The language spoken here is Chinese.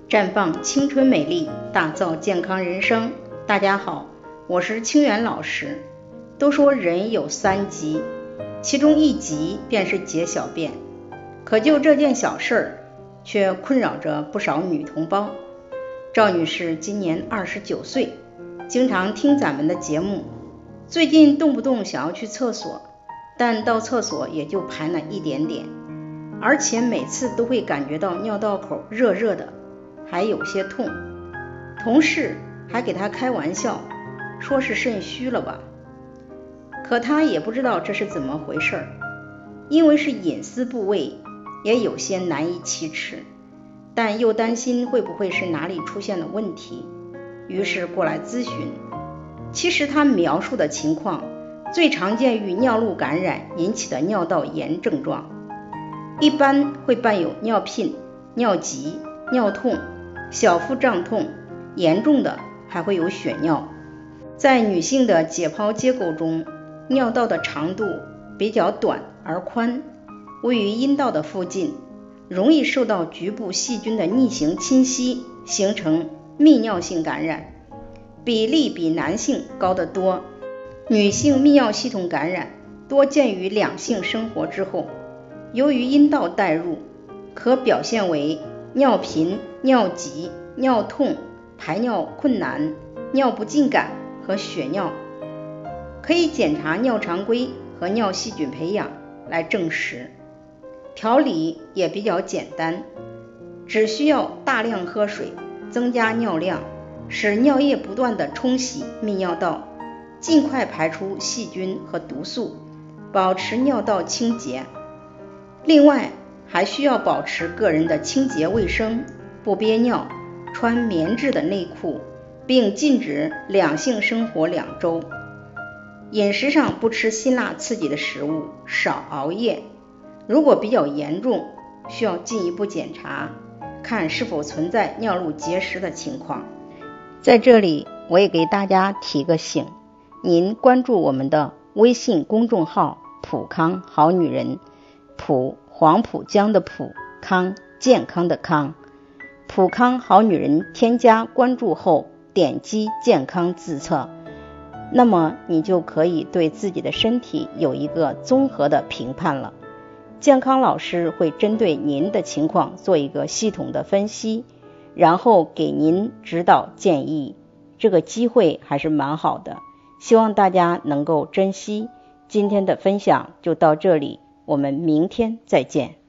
绽放青春美丽，打造健康人生。大家好，我是清源老师。都说人有3急，其中1急便是解小便，可就这件小事儿，却困扰着不少女同胞。赵女士今年29岁，经常听咱们的节目，最近动不动想要去厕所，但到厕所也就排那一点点，而且每次都会感觉到尿道口热热的，还有些痛。同事还给她开玩笑，说是肾虚了吧。可她也不知道这是怎么回事，因为是隐私部位，也有些难以启齿，但又担心会不会是哪里出现了问题，于是过来咨询。其实她描述的情况最常见于尿路感染引起的尿道炎症状，一般会伴有尿频、尿急、尿痛、小腹胀痛，严重的还会有血尿。在女性的解剖结构中，尿道的长度比较短而宽，位于阴道的附近，容易受到局部细菌的逆行侵袭，形成泌尿性感染，比例比男性高得多。女性泌尿系统感染多见于两性生活之后，由于阴道带入，可表现为尿频、尿急、尿痛、排尿困难、尿不尽感和血尿。可以检查尿常规和尿细菌培养来证实。调理也比较简单，只需要大量喝水，增加尿量，使尿液不断的冲洗泌尿道，尽快排出细菌和毒素，保持尿道清洁。另外还需要保持个人的清洁卫生，不憋尿，穿棉质的内裤，并禁止两性生活2周。饮食上不吃辛辣刺激的食物，少熬夜。如果比较严重，需要进一步检查，看是否存在尿路结石的情况。在这里我也给大家提个醒，您关注我们的微信公众号普康好女人，普黄浦江的普，康健康的康，普康好女人添加关注后，点击健康自测，那么你就可以对自己的身体有一个综合的评判了。健康老师会针对您的情况做一个系统的分析，然后给您指导建议。这个机会还是蛮好的，希望大家能够珍惜。今天的分享就到这里，我们明天再见。